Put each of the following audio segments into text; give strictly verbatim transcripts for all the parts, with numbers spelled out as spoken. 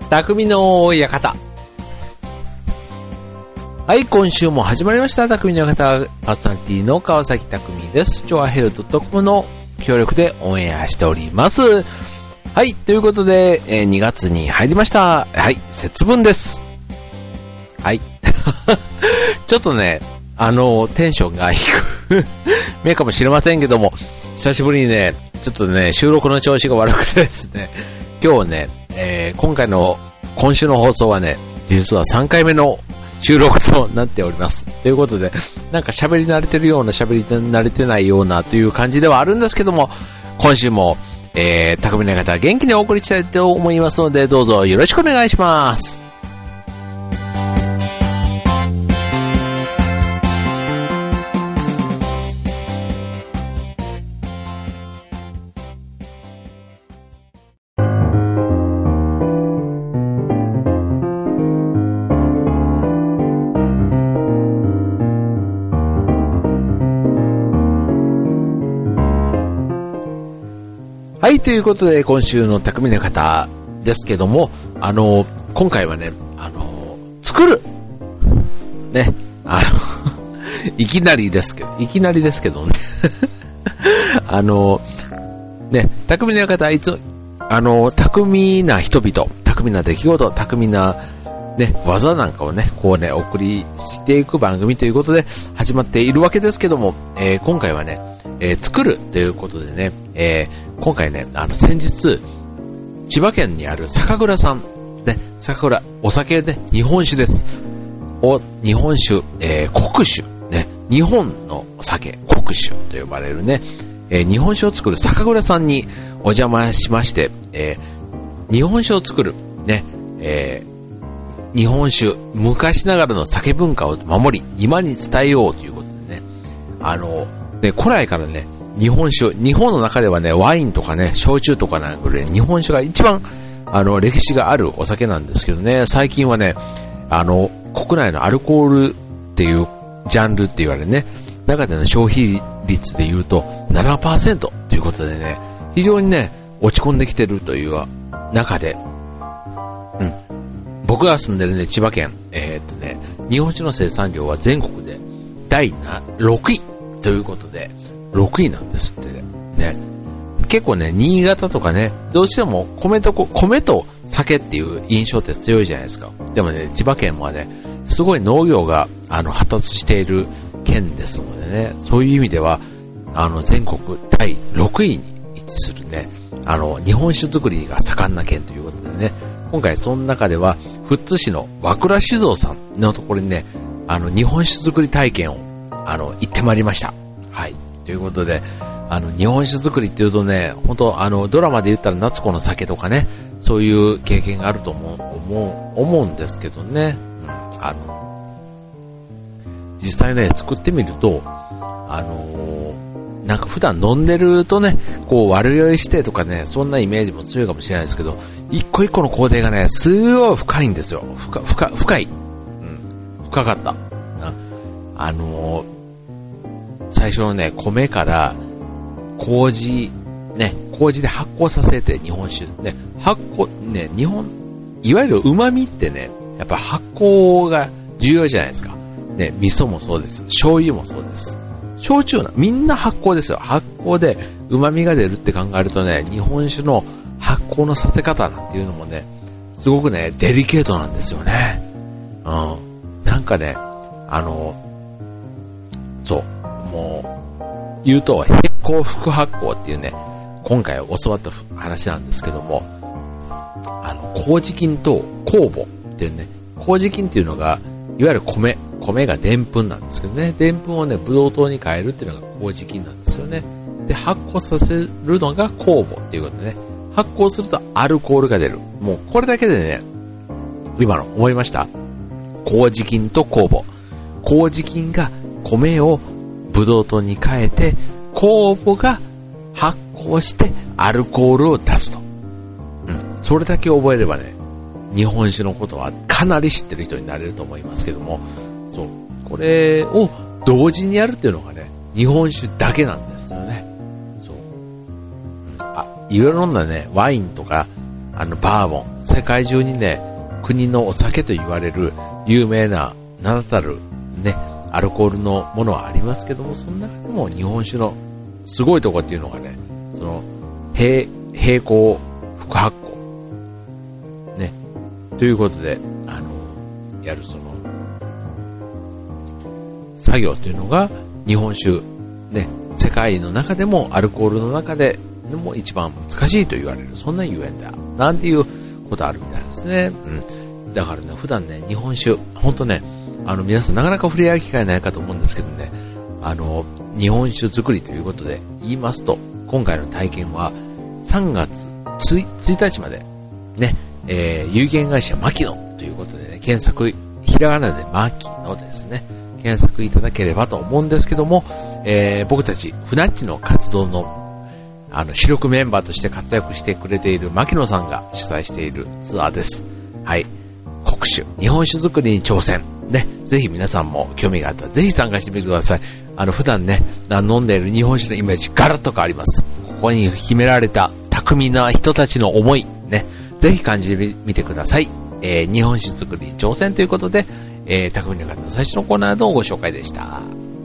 匠の館。はい、今週も始まりました。匠の館、パーソナリティの川崎匠です。超アヘルドットコムの協力でオンエアしております。はい、ということで、えー、にがつに入りました。はい、節分です。はい。ちょっとね、あの、テンションが低く目かもしれませんけども、久しぶりにね、ちょっとね、収録の調子が悪くてですね、今日ね、えー、今回の、今週の放送はね、実はさんかいめの収録となっております。ということで、なんか喋り慣れてるような、喋り慣れてないようなという感じではあるんですけども、今週も、えー、匠の方元気にお送りしたいと思いますので、どうぞよろしくお願いします。はい、ということで、今週の匠の方ですけども、あの、今回はね、あの、作るね、あの、いきなりですけど、いきなりですけどね、あの、ね、匠の方、いつ、あの、巧みな人々、巧みな出来事、巧みな、ね、技なんかをね、こうね、お送りしていく番組ということで始まっているわけですけども、えー、今回はね、えー、作るということでね、えー、今回ね、あの先日千葉県にある酒蔵さんね、酒蔵、お酒ね、日本酒です。お日本酒、えー、国酒ね、日本の酒国酒と呼ばれるね、えー、日本酒を作る酒蔵さんにお邪魔しまして、えー、日本酒を作るね、えー、日本酒昔ながらの酒文化を守り今に伝えようということでね、あので古来からね、日本酒、日本の中ではね、ワインとかね、焼酎とかなんかで、日本酒が一番、あの、歴史があるお酒なんですけどね、最近はね、あの、国内のアルコールっていうジャンルって言われるね、中での消費率で言うと ななパーセント ということでね、非常にね、落ち込んできてるという中で、うん、僕が住んでるね、千葉県、えー、っとね、日本酒の生産量は全国でだいろくいということで、ろくいなんですってね。結構ね、新潟とかね、どうしても米と米と酒っていう印象って強いじゃないですか。でもね、千葉県はね、すごい農業があの発達している県ですのでね、そういう意味ではあの全国だいろくいに位置するね、あの日本酒作りが盛んな県ということでね、今回その中では富津市の和倉酒造さんのところにね、あの日本酒作り体験をあの行ってまいりました。はい。ということで、あの、日本酒作りっていうとね、本当あの、ドラマで言ったら夏子の酒とかね、そういう経験があると思う、思う、思うんですけどね。うん、あの、実際ね、作ってみると、あのー、なんか普段飲んでるとね、こう悪酔いしてとかね、そんなイメージも強いかもしれないですけど、一個一個の工程がね、すごい深いんですよ。深、深、深い。うん。深かった。あのー、最初のね、米から麹、ね、麹で発酵させて日本酒。ね、発酵、ね、日本、いわゆる旨味ってね、やっぱ発酵が重要じゃないですか。ね、味噌もそうです。醤油もそうです。焼酎な、みんな発酵ですよ。発酵で旨味が出るって考えるとね、日本酒の発酵のさせ方なんていうのもね、すごくね、デリケートなんですよね。うん。なんかね、あの、そう。もう言うと並行副発酵っていうね、今回教わった話なんですけども、あの麹菌と酵母っていうね、麹菌っていうのがいわゆる米米がでんぷんなんですけどね、でんぷんをねブドウ糖に変えるっていうのが麹菌なんですよね。で発酵させるのが酵母っていうことでね、発酵するとアルコールが出る。もうこれだけでね、今の思いました。麹菌と酵母、麹菌が米をブドウ糖に変えて、酵母が発酵してアルコールを出すと。うん。それだけ覚えればね、日本酒のことはかなり知ってる人になれると思いますけども、そう。これを同時にやるっていうのがね、日本酒だけなんですよね。そう。あ、いろいろなね、ワインとか、 あの、バーボン。世界中にね、国のお酒と言われる有名な名だたるね、アルコールのものはありますけども、その中でも日本酒のすごいところっていうのがね、その、平、平行副発酵。ね。ということで、あの、やるその、作業というのが日本酒、ね、世界の中でもアルコールの中でも一番難しいと言われる、そんなゆえんだ。なんていうことあるみたいですね。うん。だからね、普段ね、日本酒、ほんとね、あの、皆さんなかなか触れ合う機会ないかと思うんですけどね、あの、日本酒作りということで言いますと、今回の体験はさんがつついたちまで、ね、えー、有限会社マキノということでね、検索、ひらがなでマキノですね、検索いただければと思うんですけども、えー、僕たち、フナッチの活動の、あの、主力メンバーとして活躍してくれている牧野さんが主催しているツアーです。はい。国酒、日本酒作りに挑戦。ね。ぜひ皆さんも興味があったら、ぜひ参加してみてください。あの、普段ね、飲んでいる日本酒のイメージ、ガラッと変わります。ここに秘められた巧みな人たちの思い、ね。ぜひ感じてみてください。えー、日本酒作りに挑戦ということで、えー、匠の方の最初のコーナーのご紹介でした。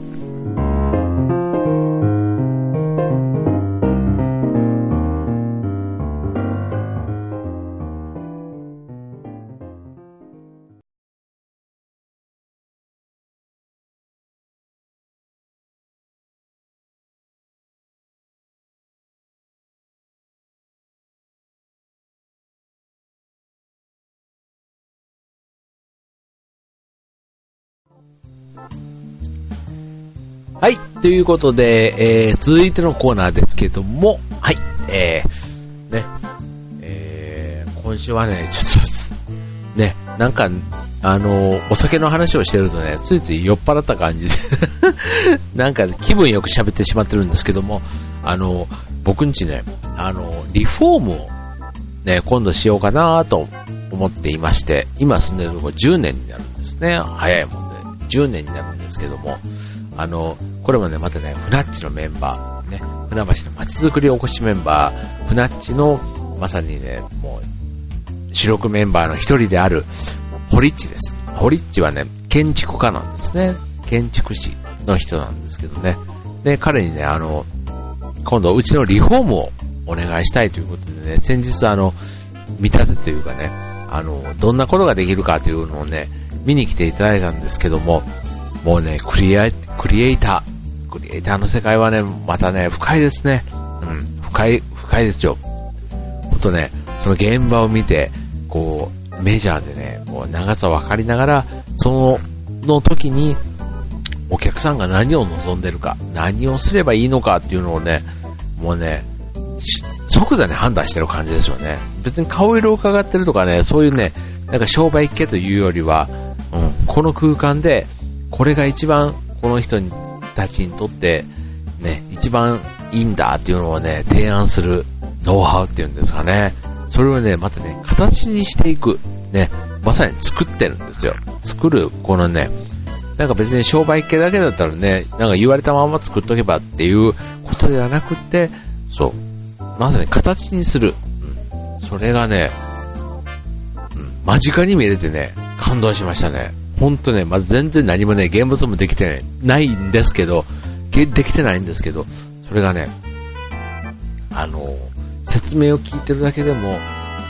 はい。ということで、えー、続いてのコーナーですけども、はい。えー、ね。えー、今週はね、ちょっと、ね、なんか、あの、お酒の話をしてるとね、ついつい酔っ払った感じで、なんか気分よく喋ってしまってるんですけども、あの、僕んちね、あの、リフォームをね、今度しようかなと思っていまして、今住んでるところじゅうねんになるんですね。早いもんで、じゅうねんになるんですけども、あの、これもね、またね、フナッチのメンバー、ね、船橋の街づくりおこしメンバー、フナッチの、まさにね、もう、主力メンバーの一人である、ホリッチです。ホリッチはね、建築家なんですね。建築士の人なんですけどね。で、彼にね、あの、今度、うちのリフォームをお願いしたいということでね、先日あの、見立てというかね、あの、どんなことができるかというのをね、見に来ていただいたんですけども、もうね、クリエイ、クリエイター、クリエイターの世界はね、またね、深いですね。うん、深い、深いですよ。ほんとね、その現場を見て、こう、メジャーでね、こう長さを分かりながら、その、の時に、お客さんが何を望んでるか、何をすればいいのかっていうのをね、もうね、即座に判断してる感じですよね。別に顔色を伺ってるとかね、そういうね、なんか商売っ気というよりは、うん、この空間で、これが一番この人たちにとってね、一番いいんだっていうのをね、提案するノウハウっていうんですかね。それをね、またね、形にしていく。ね、まさに作ってるんですよ。作る、このね、なんか別に商売系だけだったらね、なんか言われたまま作っとけばっていうことではなくって、そう、まさに形にする。うん、それがね、うん、間近に見れてね、感動しましたね。ほんとね、まず全然何もね、現物もできてないんですけど、できてないんですけど、それがね、あの、説明を聞いてるだけでも、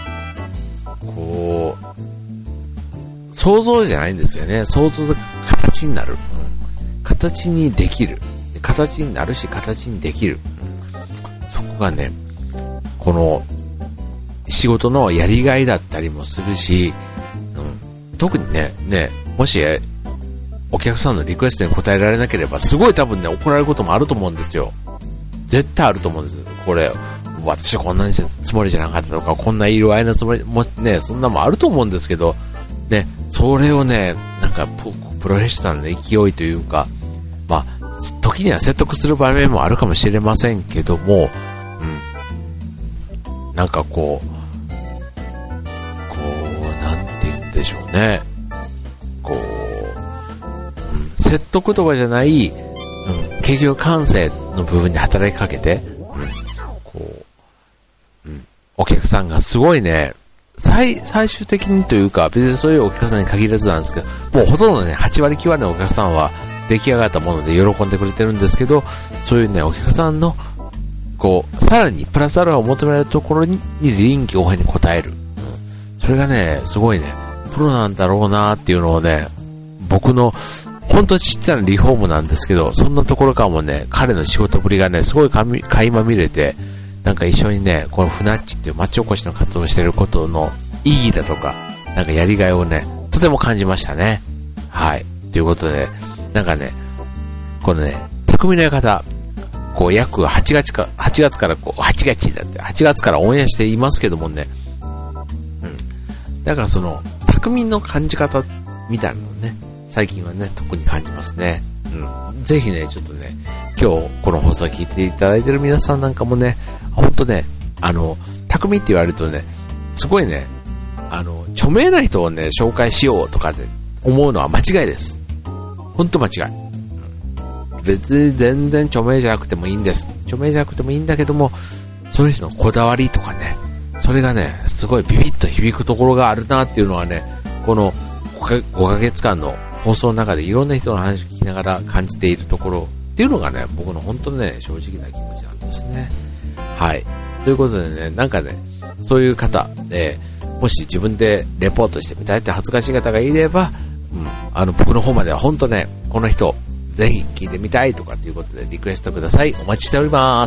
こう、想像じゃないんですよね。想像で形になる。うん、形にできる。形になるし、形にできる。うん、そこがね、この、仕事のやりがいだったりもするし、うん、特にね、ね、もし、お客さんのリクエストに応えられなければ、すごい多分ね、怒られることもあると思うんですよ。絶対あると思うんですよ。これ、私こんなにしたつもりじゃなかったとか、こんな色合いのつもり、もね、そんなもあると思うんですけど、ね、それをね、なんかプ、プロフェッショナルな勢いというか、まあ、時には説得する場面もあるかもしれませんけども、うん。なんかこう、こう、なんて言うんでしょうね。こう、うん、説得とかじゃない、うん、結局感性の部分に働きかけて、うん、こう、うん、 お客さんがすごいね、最、最終的にというか、別にそういうお客さんに限らずなんですけど、もうほとんどね、はちわりきゅうわりのお客さんは出来上がったもので喜んでくれてるんですけど、そういうね、お客さんの、こう、さらにプラスアルファを求められるところに臨機応変に応える。うん。それがね、すごいね、プロなんだろうなっていうのをね、僕の、ほんとちっちゃなリフォームなんですけど、そんなところからもね、彼の仕事ぶりがね、すごいかみ、垣間見れて、なんか一緒にね、このフナッチっていう町おこしの活動をしていることの意義だとか、なんかやりがいをね、とても感じましたね。はい。ということで、なんかね、このね、匠の館、こう約はちがつか、はちがつからこう、はちがつだって、はちがつからオンエアしていますけどもね、うん。だからその、匠の感じ方みたいなのね、最近はね、特に感じますね。うん。ぜひね、ちょっとね、今日この放送を聞いていただいている皆さんなんかもね、ほんとね、あの、匠って言われるとね、すごいね、あの、著名な人をね、紹介しようとかで思うのは間違いです。ほんと間違い。うん、別に全然著名じゃなくてもいいんです。著名じゃなくてもいいんだけども、その人のこだわりとかね、それがね、すごいビビッと響くところがあるなっていうのはね、このごかげつかんの放送の中でいろんな人の話を聞きながら感じているところっていうのがね、僕の本当にね、正直な気持ちなんですね。はい。ということでね、なんかね、そういう方、えー、もし自分でレポートしてみたいって恥ずかしい方がいれば、うん、あの、僕の方までは本当ね、この人、ぜひ聞いてみたいとかっていうことでリクエストください。お待ちしております。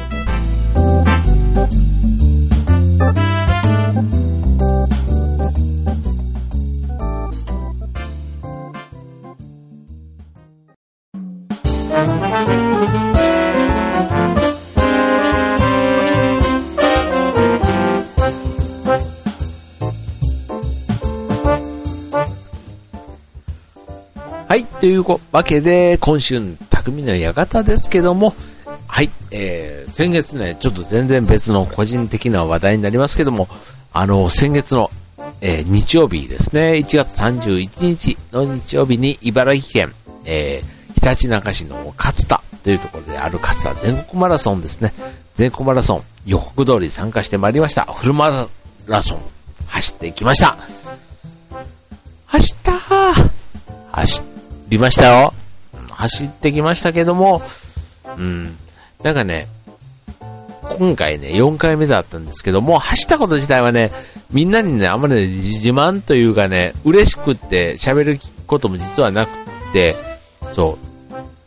はい、というわけで、今週の匠の館ですけども、はい、えー、先月ね、ちょっと全然別の個人的な話題になりますけども、あの、先月の、えー、日曜日ですね、いちがつさんじゅういちにちの日曜日に茨城県、えー、ひたちなか市の勝田というところである勝田全国マラソンですね、全国マラソン予告通り参加してまいりました。フルマラソン、走っていきました。走ったー走りましたよ。走ってきましたけども、うん、なんかね、今回ね、よんかいめだったんですけども、走ったこと自体はね、みんなにね、あんまり、ね、自慢というかね、嬉しくって喋ることも実はなくて、そう、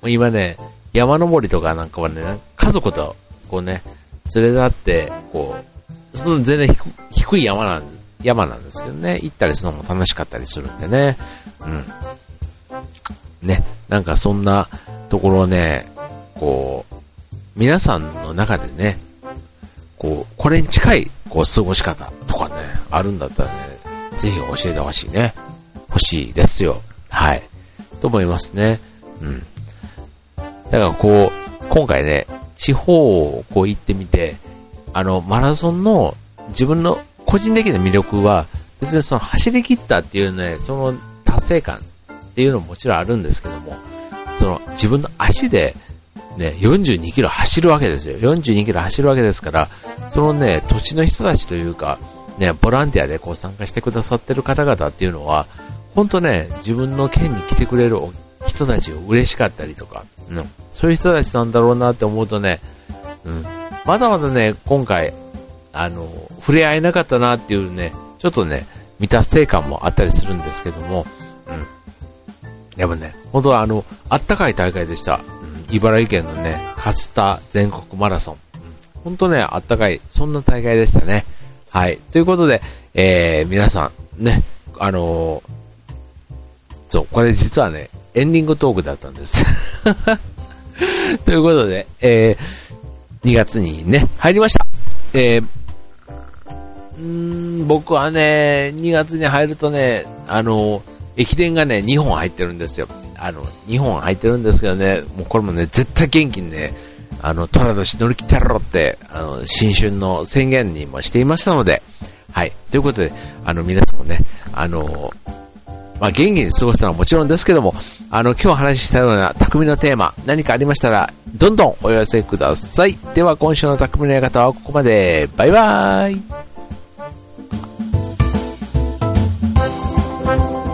今ね、山登りとかなんかはね、家族とこうね、連れ立って、こう、その全然低い山なん、山なんですけどね、行ったりするのも楽しかったりするんでね、うん。ね、なんかそんなところをね、こう、皆さんの中でね、こう、これに近い、こう、過ごし方とかね、あるんだったらね、ぜひ教えてほしいね。欲しいですよ。はい。と思いますね。うん。だからこう、今回ね、地方をこう行ってみて、あの、マラソンの自分の個人的な魅力は、別にその走り切ったっていうね、その達成感っていうのももちろんあるんですけども、その自分の足でね、よんじゅうにキロ走るわけですよ。よんじゅうにキロ走るわけですから、そのね、土地の人たちというか、ね、ボランティアでこう参加してくださってる方々っていうのは、ほんとね、自分の県に来てくれる人たちが嬉しかったりとか、うん、そういう人たちなんだろうなって思うとね、うん、まだまだね、今回、あの、触れ合えなかったなっていうね、ちょっとね、未達成感もあったりするんですけども、うん。やっぱね、本当はあの、あったかい大会でした。うん、茨城県のね、勝田全国マラソン。うん、本当ね、あったかい、そんな大会でしたね。はい。ということで、えー、皆さん、ね、あのー、そう、これ実はね、エンディングトークだったんです。ということで、えー、にがつにね、入りました。えー、うーん、僕はね、にがつに入るとね、あのー、駅伝がね、にほん入ってるんですよ。あの、にほん入ってるんですけどね、もうこれもね、絶対元気にね、あの、虎年乗り切ってやろうって、あの、新春の宣言にもしていましたので、はい。ということで、あの、皆さんもね、あの、 まあ、元気に過ごすのはもちろんですけども、あの、今日お話ししたような匠のテーマ、何かありましたら、どんどんお寄せください。では、今週の匠の館はここまで。バイバーイ。